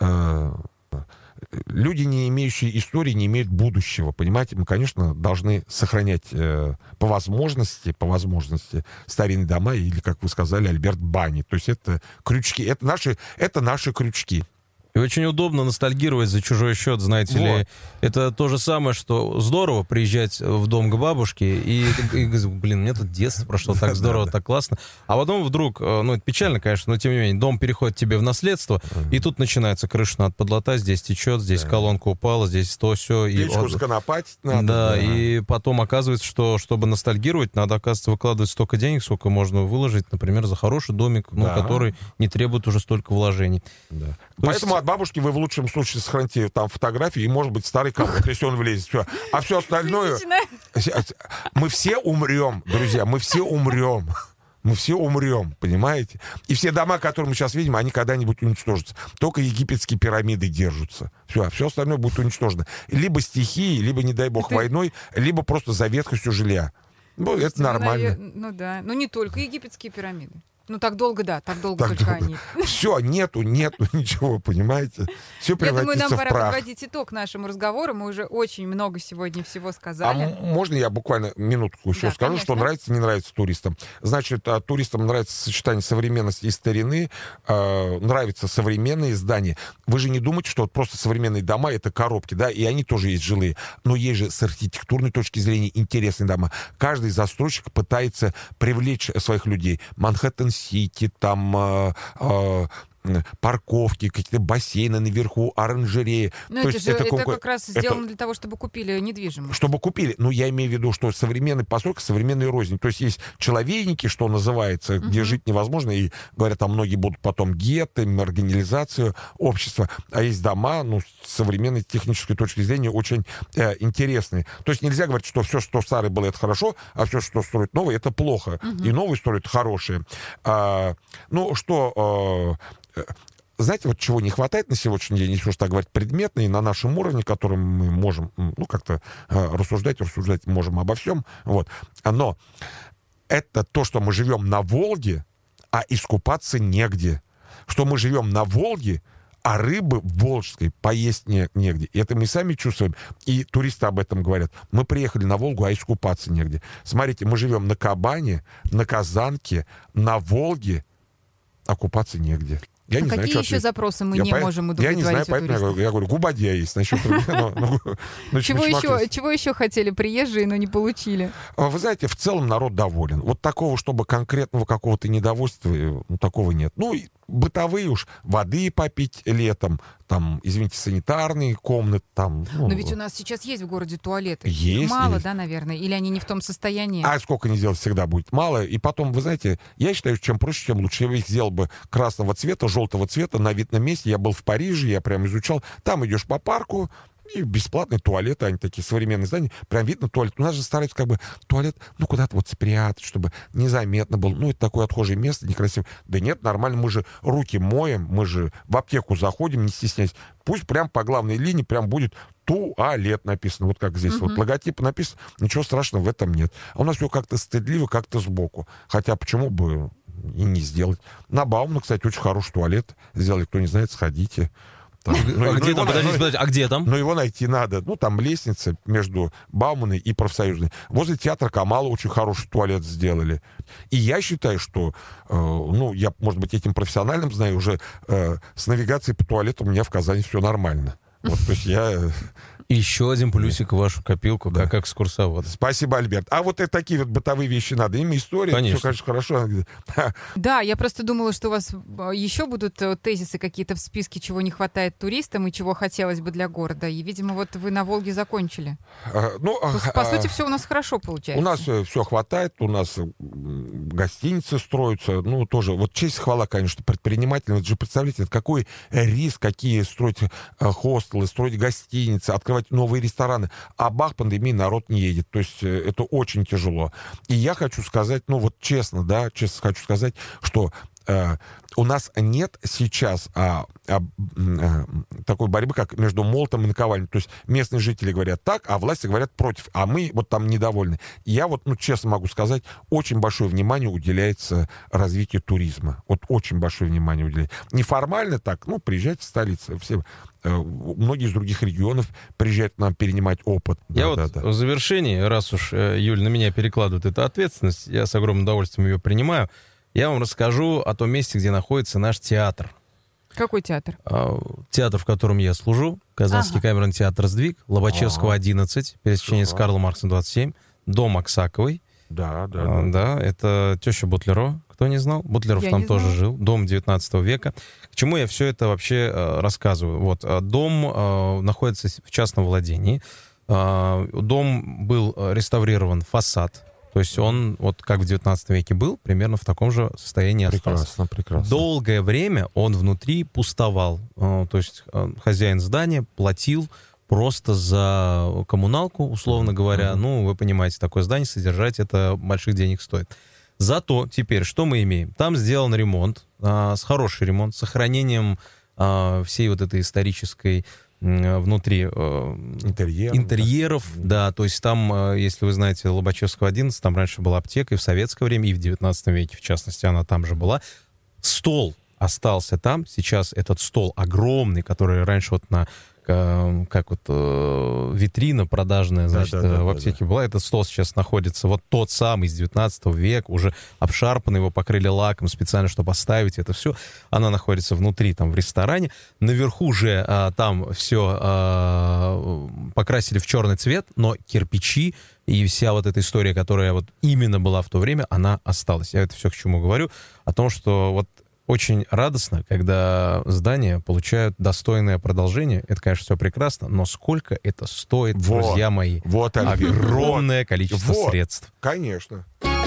люди, не имеющие истории, не имеют будущего. Понимаете, мы, конечно, должны сохранять по возможности старинные дома, или, как вы сказали, Альберт, бани. То есть это крючки, это наши крючки. И очень удобно ностальгировать за чужой счет, знаете ли. Это то же самое, что здорово приезжать в дом к бабушке и блин, у меня тут детство прошло так здорово, так классно. А потом вдруг, это печально, конечно, но тем не менее, дом переходит тебе в наследство, и тут начинается крыша надо подлатать, здесь течет, здесь колонка упала, здесь то, все. Печку сконопатить надо. Да, и потом оказывается, что чтобы ностальгировать, надо, оказывается, выкладывать столько денег, сколько можно выложить, например, за хороший домик, который не требует уже столько вложений. Да. Поэтому от бабушки вы в лучшем случае сохраните там фотографии и, может быть, старый комод, если он влезет. Все. А все остальное... Мы все умрем, друзья, мы все умрем. Мы все умрем, понимаете? И все дома, которые мы сейчас видим, они когда-нибудь уничтожатся. Только египетские пирамиды держатся. Все, а все остальное будет уничтожено. Либо стихией, либо, не дай бог, войной, либо просто за ветхостью жилья. Ну, это нормально. Ну да. Ну не только египетские пирамиды. Ну так долго, да, так долго только они. Все, нету ничего, понимаете? Все превратится в прах. Я думаю, нам пора подводить итог нашему разговору. Мы уже очень много сегодня всего сказали. А можно я буквально минутку еще скажу, конечно. Что нравится, не нравится туристам? Значит, туристам нравится сочетание современности и старины, нравятся современные здания. Вы же не думаете, что вот просто современные дома — это коробки, да, и они тоже есть жилые. Но есть же с архитектурной точки зрения интересные дома. Каждый застройщик пытается привлечь своих людей. Манхэттен-Сити, там... парковки, какие-то бассейны наверху, оранжереи. Но это как раз сделано для того, чтобы купили недвижимость. Чтобы купили. Ну, я имею в виду, что современная постройка, современная рознь. То есть есть человейники, что называется, где жить невозможно, и, говорят, там многие будут потом гетто, маргинализацию общества. А есть дома, ну, с современной технической точки зрения очень интересные. То есть нельзя говорить, что все, что старое было, это хорошо, а все, что строят новое, это плохо. И новые строят хорошие. Знаете, вот чего не хватает на сегодняшний день, если уж так говорить предметно, и на нашем уровне, которым мы можем, ну, как-то рассуждать можем обо всем, вот. Но это то, что мы живем на Волге, а искупаться негде. Что мы живем на Волге, а рыбы волжской поесть негде. И это мы сами чувствуем, и туристы об этом говорят. Мы приехали на Волгу, а искупаться негде. Смотрите, мы живем на Кабане, на Казанке, на Волге, а купаться негде. Я какие еще запросы мы не можем удовлетворить? Я не знаю, поэтому я говорю, Губадья есть. Чего еще хотели приезжие, но не получили? Вы знаете, в целом народ доволен. Вот такого, чтобы конкретного какого-то недовольства, такого нет. Ну, бытовые уж, воды попить летом, там, извините, санитарные комнаты, там... Но ведь у нас сейчас есть в городе туалеты. Есть. Мало, да, наверное? Или они не в том состоянии? А сколько не сделать, всегда будет мало. И потом, вы знаете, я считаю, чем проще, тем лучше. Я их сделал бы красного цвета, желтого цвета, на видном месте. Я был в Париже, я прям изучал. Там идешь по парку, и бесплатные туалеты, они такие современные здания, прям видно туалет. У нас же стараются как бы туалет, куда-то вот спрятать, чтобы незаметно было. Это такое отхожее место, некрасиво. Да нет, нормально, мы же руки моем, мы же в аптеку заходим, не стесняясь. Пусть прям по главной линии прям будет туалет написано, вот как здесь. Вот логотип написан, ничего страшного в этом нет. А у нас все как-то стыдливо, как-то сбоку. Хотя почему бы и не сделать. На Баумана, кстати, очень хороший туалет сделали. Кто не знает, сходите. Там. Где там? Подождите, а где там? Но его найти надо. Там лестница между Бауманой и Профсоюзной. Возле театра Камала очень хороший туалет сделали. И я считаю, что, я, может быть, этим профессиональным знаю, уже с навигацией по туалету у меня в Казани все нормально. Вот, то есть я... Еще один плюсик в вашу копилку, как экскурсовод. Спасибо, Альберт. А вот такие вот бытовые вещи надо. Им история, конечно. Все, конечно, хорошо. Да, я просто думала, что у вас еще будут тезисы какие-то в списке, чего не хватает туристам и чего хотелось бы для города. И, видимо, вот вы на Волге закончили. По сути, все у нас хорошо получается. У нас все хватает, у нас гостиницы строятся, тоже. Вот честь и хвала, конечно, предпринимателям. Это же, представляете, какой риск, какие строить хостелы, строить гостиницы, открывать новые рестораны. А бах, пандемии, народ не едет. То есть это очень тяжело. И я хочу сказать, честно хочу сказать, что у нас нет сейчас такой борьбы, как между молотом и наковальней. То есть местные жители говорят так, а власти говорят против. А мы там недовольны. Я честно могу сказать, очень большое внимание уделяется развитию туризма. Очень большое внимание уделяется. Неформально так, приезжайте в столицу. Все, многие из других регионов приезжают к нам перенимать опыт. В завершении, раз уж Юль на меня перекладывает эту ответственность, я с огромным удовольствием ее принимаю. Я вам расскажу о том месте, где находится наш театр. Какой театр? Театр, в котором я служу. Казанский камерный театр «Сдвиг», Лобачевского, 11, пересечение с Карла Маркса, 27, дом Аксаковой. Да. Это теща Бутлеро, кто не знал. Бутлеров там тоже жил. Дом 19 века. К чему я все это вообще рассказываю? Дом находится в частном владении. Дом был реставрирован, фасад. То есть он, как в 19 веке был, примерно в таком же состоянии остался. Прекрасно. Долгое время он внутри пустовал. То есть хозяин здания платил просто за коммуналку, условно говоря. Вы понимаете, такое здание содержать, это больших денег стоит. Зато теперь что мы имеем? Там сделан ремонт, хороший ремонт, с сохранением всей вот этой исторической внутри интерьеров, да, то есть там, если вы знаете, Лобачевского 11, там раньше была аптека и в советское время, и в 19 веке, в частности, она там же была. Стол остался там, сейчас этот стол огромный, который раньше вот на витрина продажная, значит, в аптеке была. Этот стол сейчас находится, вот тот самый из 19 века, уже обшарпанный, его покрыли лаком специально, чтобы поставить это все. Она находится внутри, там, в ресторане. Наверху же там все покрасили в черный цвет, но кирпичи и вся вот эта история, которая вот именно была в то время, она осталась. Я это все к чему говорю, о том, что вот очень радостно, когда здания получают достойное продолжение. Это, конечно, все прекрасно, но сколько это стоит, друзья мои? Вот, огромное количество средств. Конечно.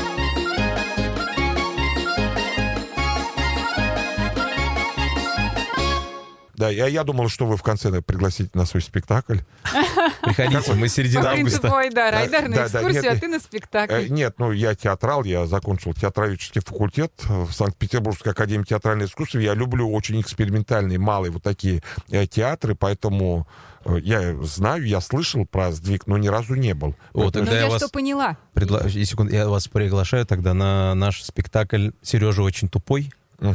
Да, я думал, что вы в конце пригласите на свой спектакль. Приходите, мы середина августа. Ой, да, Айдар на экскурсию, а ты на спектакль. Нет, я театрал, я закончил театроведческий факультет в Санкт-Петербургской академии театрального искусства. Я люблю очень экспериментальные, малые вот такие театры, поэтому я знаю, я слышал про «Сдвиг», но ни разу не был. Вот, но я что поняла. Я вас приглашаю тогда на наш спектакль «Сережа очень тупой».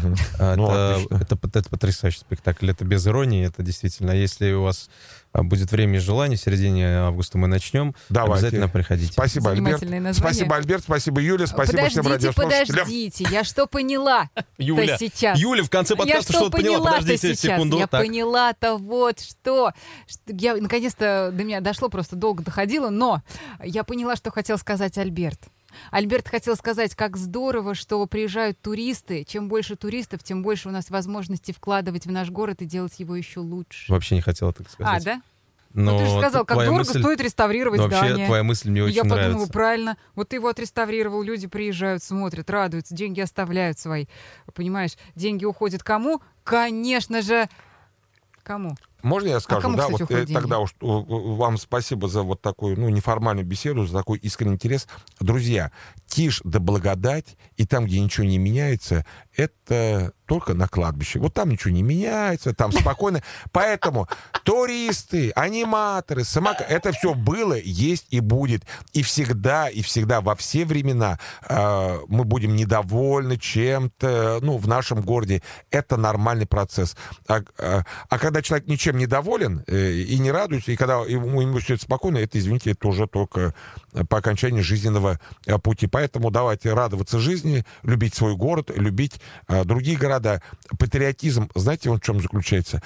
Это потрясающий спектакль, это без иронии, это действительно, если у вас будет время и желание, в середине августа мы начнем, обязательно приходите. Спасибо, Альберт. Спасибо, Альберт, спасибо, Юля, спасибо всем радиослушателям. Подождите, я что поняла сейчас? Юля, в конце подкаста что-то поняла, подождите секунду. Я поняла-то вот что. Я, наконец-то, до меня дошло, просто долго доходило, но я поняла, что хотел сказать Альберт. Альберт хотел сказать, как здорово, что приезжают туристы. Чем больше туристов, тем больше у нас возможностей вкладывать в наш город и делать его еще лучше. Вообще не хотела так сказать. Да? Но ты же сказал, как дорого стоит реставрировать здание. Вообще, твоя мысль мне очень нравится. Я подумала, правильно. Вот ты его отреставрировал, люди приезжают, смотрят, радуются, деньги оставляют свои. Понимаешь, деньги уходят кому? Конечно же, кому? Можно я скажу? Кому, да, кстати, вот тогда уж вам спасибо за вот такую неформальную беседу, за такой искренний интерес. Друзья, тишь да благодать, и там, где ничего не меняется, это только на кладбище. Вот там ничего не меняется, там спокойно. Поэтому туристы, аниматоры, это все было, есть и будет. И всегда, во все времена мы будем недовольны чем-то, в нашем городе. Это нормальный процесс. А когда человек ничем недоволен и не радуется, и когда ему все это спокойно, это, извините, это уже только по окончании жизненного пути. Поэтому давайте радоваться жизни, любить свой город, любить другие города. Патриотизм, знаете, он в чем заключается?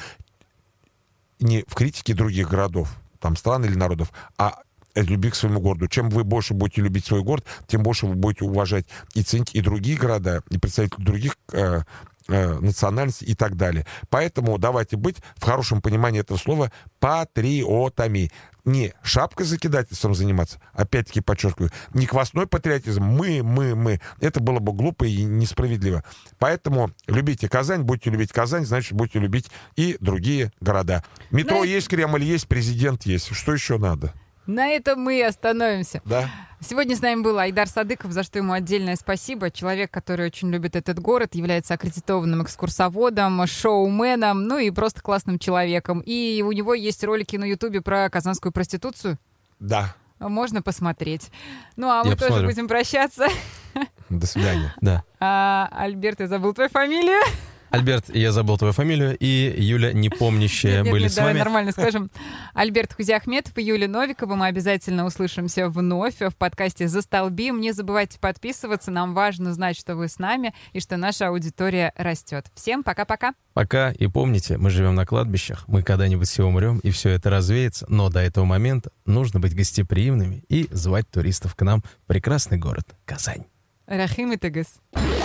Не в критике других городов, там, стран или народов, а любви к своему городу. Чем вы больше будете любить свой город, тем больше вы будете уважать и ценить и другие города, и представителей других национальностей и так далее. Поэтому давайте быть, в хорошем понимании этого слова, патриотами. Не шапкой закидательством заниматься, опять-таки подчеркиваю, не хвостной патриотизм, мы. Это было бы глупо и несправедливо. Поэтому любите Казань, будете любить Казань, значит, будете любить и другие города. Метро есть, Кремль есть, президент есть. Что еще надо? На этом мы и остановимся. Да. Сегодня с нами был Айдар Садыков, за что ему отдельное спасибо. Человек, который очень любит этот город, является аккредитованным экскурсоводом, шоуменом, и просто классным человеком. И у него есть ролики на Ютубе про казанскую проституцию. Да. Можно посмотреть. А мы тоже будем прощаться. До свидания. Да. Альберт, я забыл твою фамилию. Альберт, я забыл твою фамилию, и Юля, непомнящая, были с вами. Давай нормально скажем. Альберт Хузиахметов и Юлия Новикова. Мы обязательно услышимся вновь в подкасте «Застолбим». Не забывайте подписываться. Нам важно знать, что вы с нами и что наша аудитория растет. Всем пока-пока. Пока. И помните, мы живем на кладбищах. Мы когда-нибудь все умрем, и все это развеется. Но до этого момента нужно быть гостеприимными и звать туристов к нам в прекрасный город Казань. Рахим и Тагыс.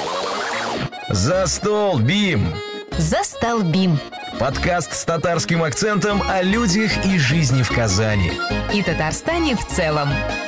Застолбим. Застолбим. Подкаст с татарским акцентом о людях и жизни в Казани. И Татарстане в целом.